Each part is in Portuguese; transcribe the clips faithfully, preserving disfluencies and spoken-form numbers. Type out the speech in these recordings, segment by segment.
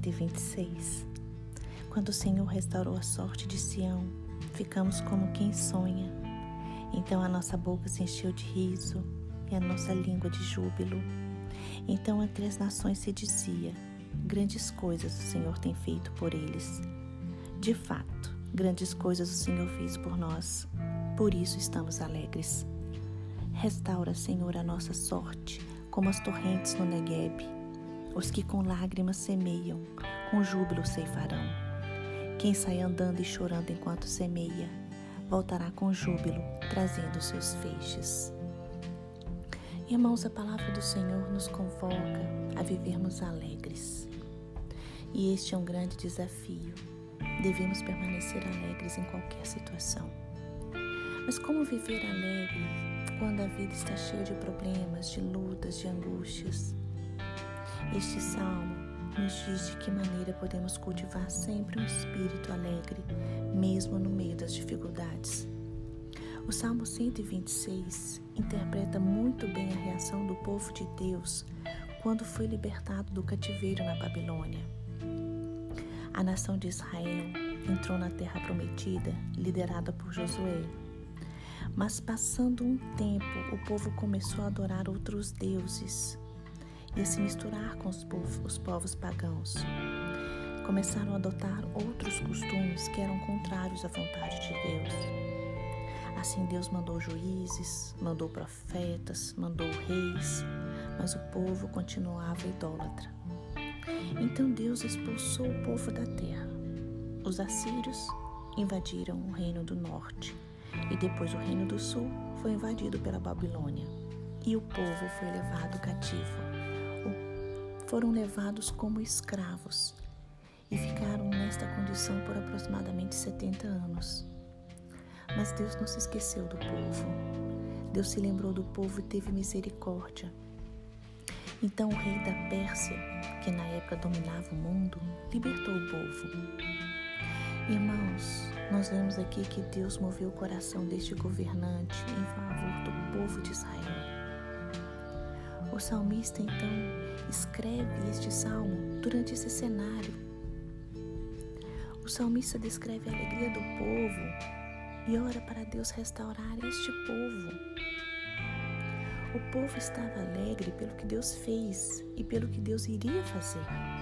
cento e vinte e seis. Quando o Senhor restaurou a sorte de Sião, ficamos como quem sonha. Então a nossa boca se encheu de riso e a nossa língua de júbilo. Então entre as nações se dizia: grandes coisas o Senhor tem feito por eles. De fato, grandes coisas o Senhor fez por nós, por isso estamos alegres. Restaura, Senhor, a nossa sorte, como as torrentes no Negueb. Os que com lágrimas semeiam, com júbilo ceifarão. Quem sai andando e chorando enquanto semeia, voltará com júbilo, trazendo seus feixes. Irmãos, a palavra do Senhor nos convoca a vivermos alegres. E este é um grande desafio. Devemos permanecer alegres em qualquer situação. Mas como viver alegre quando a vida está cheia de problemas, de lutas, de angústias? Este salmo nos diz de que maneira podemos cultivar sempre um espírito alegre, mesmo no meio das dificuldades. O Salmo cento e vinte e seis interpreta muito bem a reação do povo de Deus quando foi libertado do cativeiro na Babilônia. A nação de Israel entrou na terra prometida, liderada por Josué. Mas passando um tempo, o povo começou a adorar outros deuses e a se misturar com os povos, os povos pagãos. Começaram a adotar outros costumes que eram contrários à vontade de Deus. Assim Deus mandou juízes, mandou profetas, mandou reis, mas o povo continuava idólatra. Então Deus expulsou o povo da terra. Os assírios invadiram o reino do norte e depois o reino do sul foi invadido pela Babilônia e o povo foi levado cativo. Foram levados como escravos e ficaram nesta condição por aproximadamente setenta anos. Mas Deus não se esqueceu do povo. Deus se lembrou do povo e teve misericórdia. Então o rei da Pérsia, que na época dominava o mundo, libertou o povo. Irmãos, nós vemos aqui que Deus moveu o coração deste governante em favor do povo de Israel. O salmista então escreve este salmo durante esse cenário. O salmista descreve a alegria do povo e ora para Deus restaurar este povo. O povo estava alegre pelo que Deus fez e pelo que Deus iria fazer.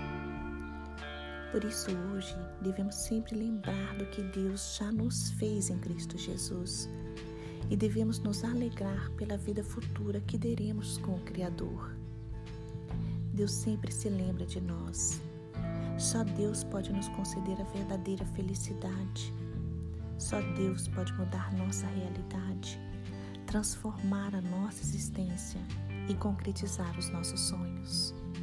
Por isso hoje devemos sempre lembrar do que Deus já nos fez em Cristo Jesus e devemos nos alegrar pela vida futura que teremos com o Criador. Deus sempre se lembra de nós. Só Deus pode nos conceder a verdadeira felicidade. Só Deus pode mudar nossa realidade, transformar a nossa existência e concretizar os nossos sonhos.